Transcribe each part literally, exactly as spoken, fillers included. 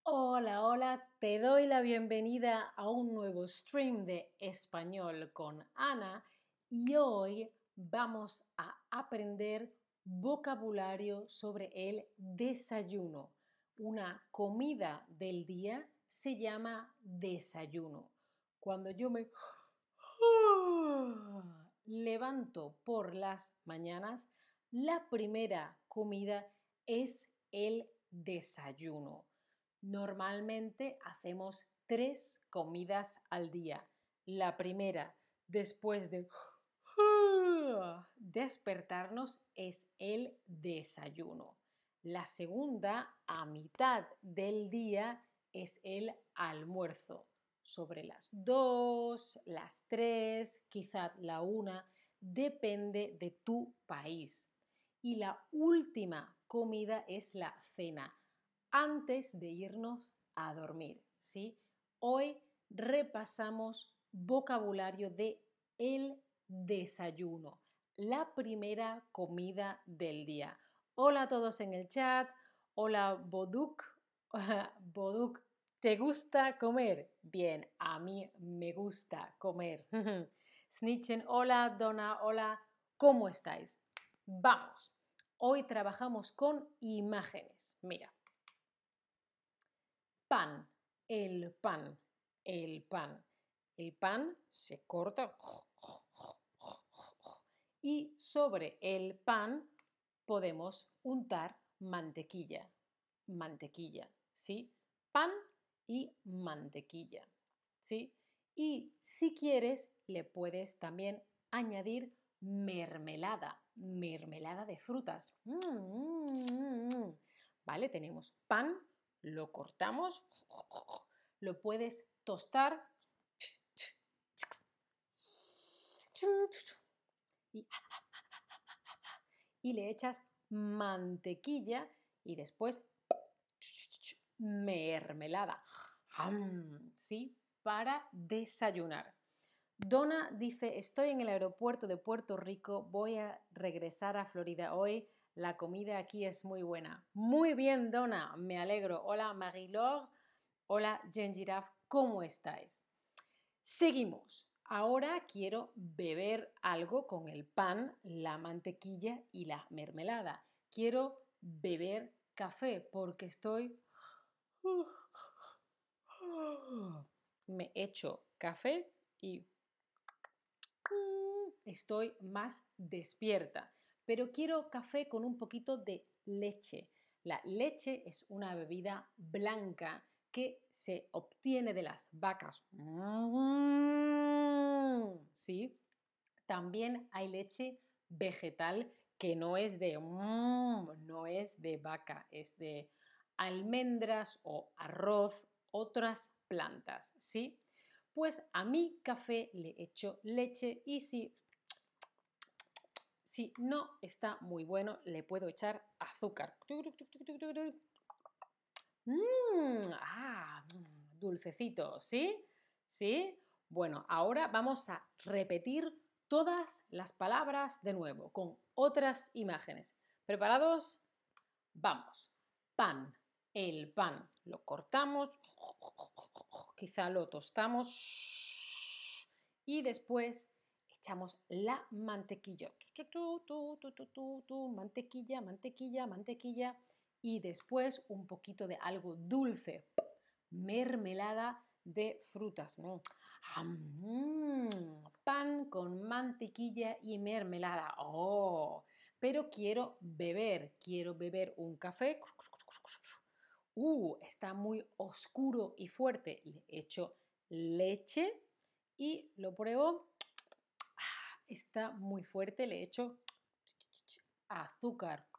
Hola, hola, te doy la bienvenida a un nuevo stream de español con Ana y hoy vamos a aprender vocabulario sobre el desayuno. Una comida del día se llama desayuno. Cuando yo me levanto por las mañanas, la primera comida es el desayuno. Normalmente hacemos tres comidas al día. La primera, después de despertarnos, es el desayuno. La segunda, a mitad del día, es el almuerzo. Sobre las dos, las tres, quizás la una, depende de tu país. Y la última comida es la cena antes de irnos a dormir, ¿sí? Hoy repasamos vocabulario de el desayuno, la primera comida del día. Hola a todos en el chat. Hola Boduk. Boduk, ¿te gusta comer? Bien, a mí me gusta comer. Snitchen, hola Donna, hola. ¿Cómo estáis? Vamos. Hoy trabajamos con imágenes. Mira. Pan, el pan, el pan. El pan se corta y sobre el pan podemos untar mantequilla. Mantequilla, ¿sí? Pan y mantequilla, ¿sí? Y si quieres, le puedes también añadir mermelada, mermelada de frutas. Mm, ¿Vale? Tenemos pan, lo cortamos, lo puedes tostar y, y le echas mantequilla y después mermelada. ¿Sí? Para desayunar. Donna dice, estoy en el aeropuerto de Puerto Rico, voy a regresar a Florida hoy. La comida aquí es muy buena. Muy bien, Donna, me alegro. Hola, Marie-Laure. Hola, Jen Giraffe, ¿cómo estáis? Seguimos. Ahora quiero beber algo con el pan, la mantequilla y la mermelada. Quiero beber café porque estoy... Me echo café y estoy más despierta. Pero quiero café con un poquito de leche. La leche es una bebida blanca que se obtiene de las vacas. ¿Sí? También hay leche vegetal que no es de no es de vaca, es de almendras o arroz, otras plantas, ¿sí? Pues a mi café le echo leche y si, si no está muy bueno, le puedo echar azúcar. Mm, ah, dulcecito, ¿sí? ¿Sí? Bueno, ahora vamos a repetir todas las palabras de nuevo con otras imágenes. ¿Preparados? Vamos. Pan. El pan. Lo cortamos. Quizá lo tostamos. Y después echamos la mantequilla. Mantequilla, mantequilla, mantequilla. Y después un poquito de algo dulce. Mermelada de frutas. Mm, pan con mantequilla y mermelada. Oh, pero quiero beber, quiero beber un café. Uh, está muy oscuro y fuerte. Le echo leche y lo pruebo. Ah, está muy fuerte, le echo azúcar.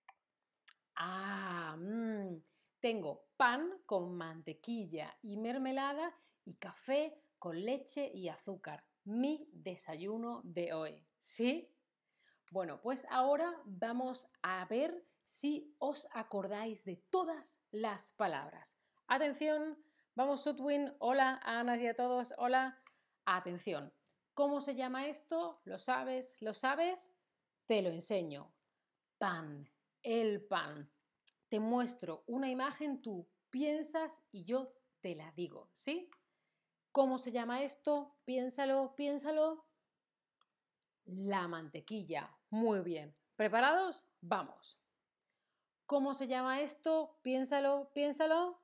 Ah, mmm. Tengo pan con mantequilla y mermelada y café con leche y azúcar. Mi desayuno de hoy. ¿Sí? Bueno, pues ahora vamos a ver si os acordáis de todas las palabras. Atención, vamos Sutwin, hola a Ana y a todos, hola. Atención, ¿cómo se llama esto? ¿Lo sabes? ¿Lo sabes? Te lo enseño. Pan, el pan. Te muestro una imagen, tú piensas y yo te la digo, ¿sí? ¿Cómo se llama esto? Piénsalo, piénsalo. La mantequilla. Muy bien. ¿Preparados? Vamos. ¿Cómo se llama esto? Piénsalo, piénsalo.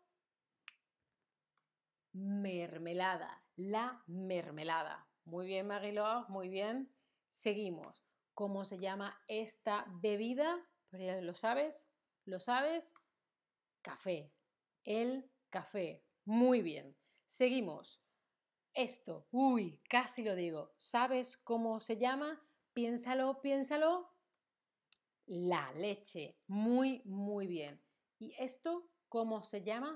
Mermelada. La mermelada. Muy bien, Mariló, muy bien. Seguimos. ¿Cómo se llama esta bebida? ¿Lo sabes? ¿Lo sabes? Café. El café. Muy bien. Seguimos. Esto. Uy, casi lo digo. ¿Sabes cómo se llama? Piénsalo, piénsalo. La leche. Muy, muy bien. ¿Y esto cómo se llama?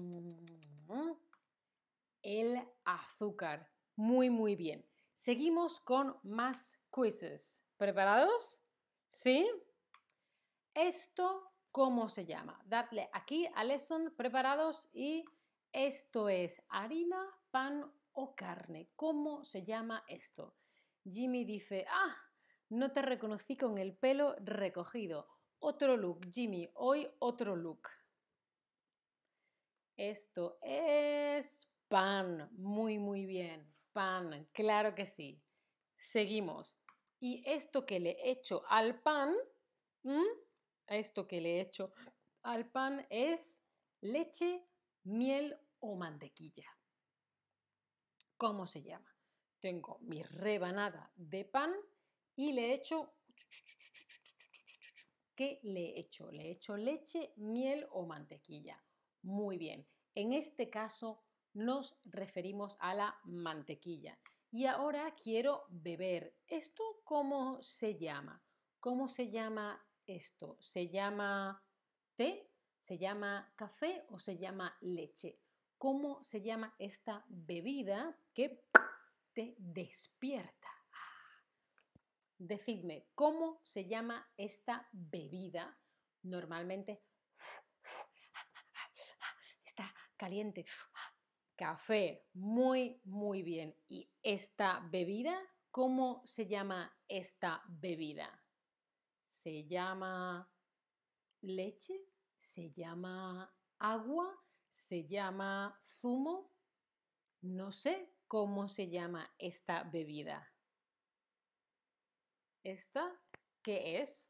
El azúcar. Muy, muy bien. Seguimos con más quizzes. ¿Preparados? ¿Sí? ¿Esto cómo se llama? Dadle aquí a lesson, preparados, y esto es harina, pan o carne. ¿Cómo se llama esto? Jimmy dice, ah, no te reconocí con el pelo recogido. Otro look, Jimmy, hoy otro look. Esto es pan. Muy, muy bien. Pan, claro que sí. Seguimos. Y esto que le he hecho al pan, ¿m? Esto que le he hecho al pan es leche, miel o mantequilla. ¿Cómo se llama? Tengo mi rebanada de pan y le he hecho... ¿Qué le he hecho? Le he hecho leche, miel o mantequilla. Muy bien. En este caso nos referimos a la mantequilla. Y ahora quiero beber. ¿Esto cómo se llama? ¿Cómo se llama esto? ¿Se llama té? ¿Se llama café o se llama leche? ¿Cómo se llama esta bebida que te despierta? Decidme, ¿cómo se llama esta bebida? Normalmente está caliente. Café, muy, muy bien. ¿Y esta bebida? ¿Cómo se llama esta bebida? ¿Se llama leche? ¿Se llama agua? ¿Se llama zumo? No sé cómo se llama esta bebida. ¿Esta qué es?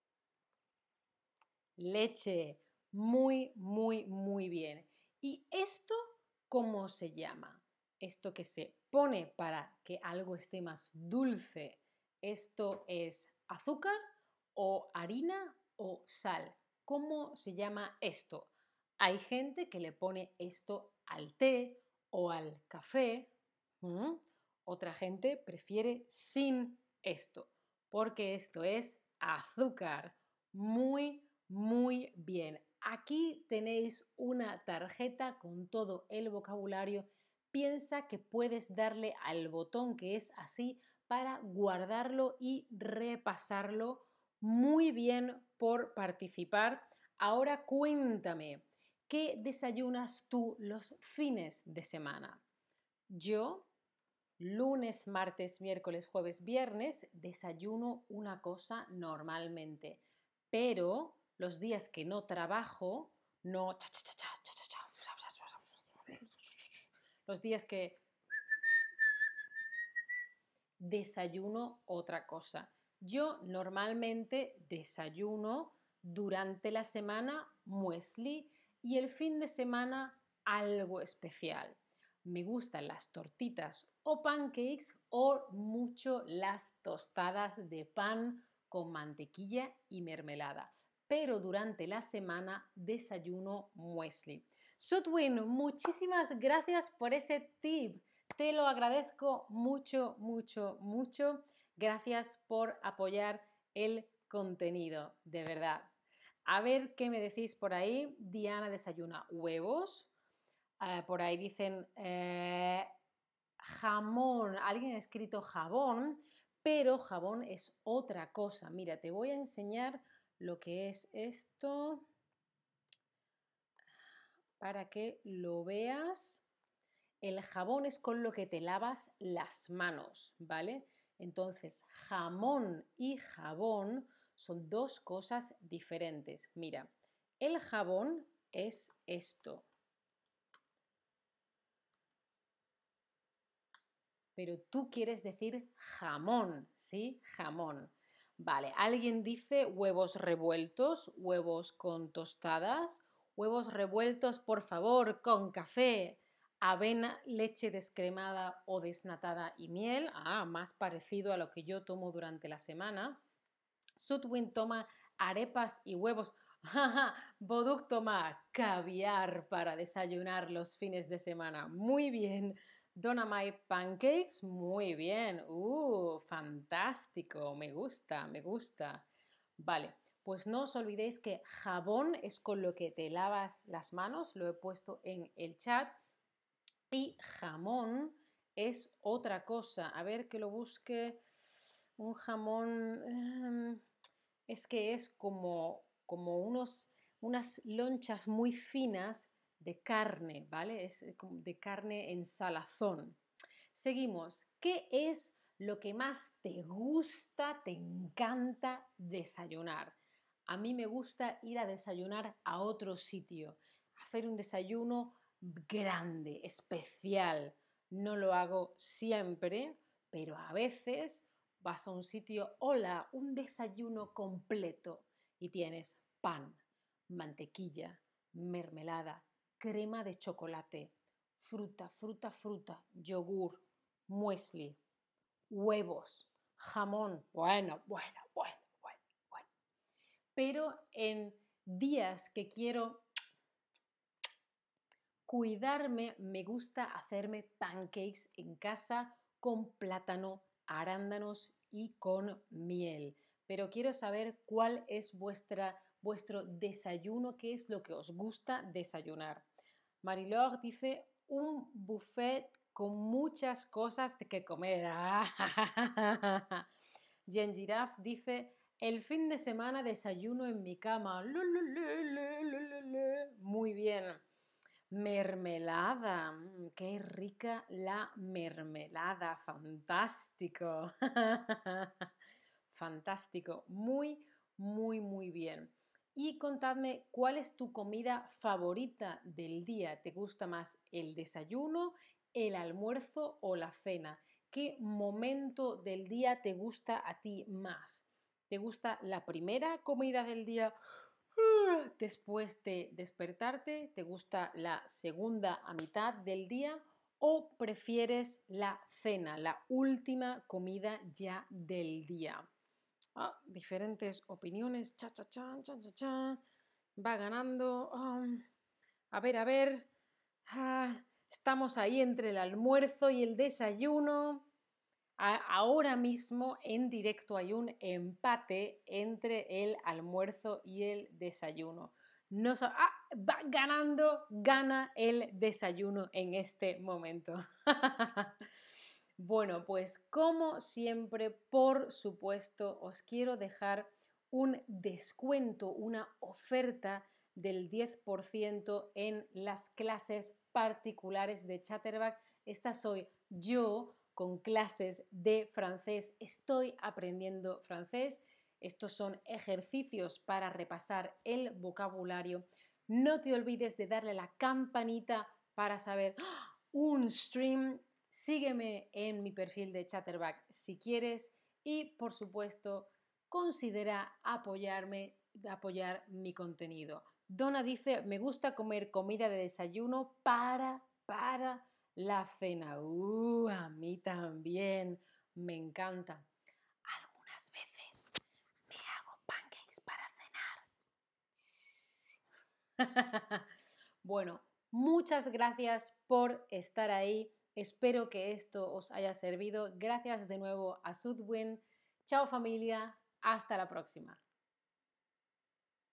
Leche. Muy, muy, muy bien. ¿Y esto cómo se llama? Esto que se pone para que algo esté más dulce. ¿Esto es azúcar o harina o sal? ¿Cómo se llama esto? Hay gente que le pone esto al té o al café. ¿Mm? Otra gente prefiere sin esto, porque esto es azúcar. Muy, muy bien. Aquí tenéis una tarjeta con todo el vocabulario. Piensa que puedes darle al botón que es así para guardarlo y repasarlo. Muy bien por participar. Ahora cuéntame, ¿qué desayunas tú los fines de semana? Yo, lunes, martes, miércoles, jueves, viernes, desayuno una cosa normalmente, pero los días que no trabajo, no... Los días que desayuno otra cosa. Yo normalmente desayuno durante la semana muesli y el fin de semana algo especial. Me gustan las tortitas o pancakes o mucho las tostadas de pan con mantequilla y mermelada. Pero durante la semana desayuno muesli. Sotwin, muchísimas gracias por ese tip. Te lo agradezco mucho, mucho, mucho. Gracias por apoyar el contenido, de verdad. A ver qué me decís por ahí. Diana desayuna huevos. Uh, por ahí dicen eh, jamón. Alguien ha escrito jabón, pero jabón es otra cosa. Mira, te voy a enseñar lo que es esto para que lo veas. El jabón es con lo que te lavas las manos, ¿vale? Entonces, jamón y jabón son dos cosas diferentes. Mira, el jabón es esto. Pero tú quieres decir jamón, ¿sí? Jamón. Vale, alguien dice huevos revueltos, huevos con tostadas, huevos revueltos, por favor, con café, avena, leche descremada o desnatada y miel. Ah, más parecido a lo que yo tomo durante la semana. Sudwin toma arepas y huevos. Boduk toma caviar para desayunar los fines de semana. Muy bien. Donna Mai pancakes. Muy bien. Uh, fantástico. Me gusta, me gusta. Vale, pues no os olvidéis que jabón es con lo que te lavas las manos. Lo he puesto en el chat. Y jamón es otra cosa. A ver que lo busque. Un jamón... Um, es que es como, como unos, unas lonchas muy finas de carne, ¿vale? Es de carne en salazón. Seguimos. ¿Qué es lo que más te gusta, te encanta desayunar? A mí me gusta ir a desayunar a otro sitio, hacer un desayuno grande, especial. No lo hago siempre, pero a veces vas a un sitio, hola, un desayuno completo y tienes pan, mantequilla, mermelada, crema de chocolate, fruta, fruta, fruta, yogur, muesli, huevos, jamón. Bueno, bueno, bueno, bueno, bueno. Pero en días que quiero cuidarme, me gusta hacerme pancakes en casa con plátano, arándanos y con miel. Pero quiero saber cuál es vuestra, vuestro desayuno, qué es lo que os gusta desayunar. Marilor dice un buffet con muchas cosas que comer. Jen Giraffe dice el fin de semana desayuno en mi cama. Muy bien. Mermelada, mm, qué rica la mermelada, fantástico. Fantástico, muy, muy, muy bien. Y contadme, ¿cuál es tu comida favorita del día? ¿Te gusta más el desayuno, el almuerzo o la cena? ¿Qué momento del día te gusta a ti más? ¿Te gusta la primera comida del día? Después de despertarte, ¿te gusta la segunda a mitad del día o prefieres la cena, la última comida ya del día? Ah, diferentes opiniones. Cha, cha, cha, cha, cha, cha. Va ganando. Um, a ver, a ver. Ah, estamos ahí entre el almuerzo y el desayuno. Ahora mismo en directo hay un empate entre el almuerzo y el desayuno. No so ah, va ganando, gana el desayuno en este momento. Bueno, pues como siempre, por supuesto, os quiero dejar un descuento, una oferta del diez por ciento en las clases particulares de Chatterback. Esta soy yo con clases de francés. Estoy aprendiendo francés. Estos son ejercicios para repasar el vocabulario. No te olvides de darle la campanita para saber ¡oh! Un stream. Sígueme en mi perfil de Chatterback si quieres y, por supuesto, considera apoyarme, apoyar mi contenido. Donna dice, me gusta comer comida de desayuno para, para la cena. Uh, a mí también. Me encanta. Algunas veces me hago pancakes para cenar. Bueno, muchas gracias por estar ahí. Espero que esto os haya servido. Gracias de nuevo a Sudwin. Chao familia. Hasta la próxima.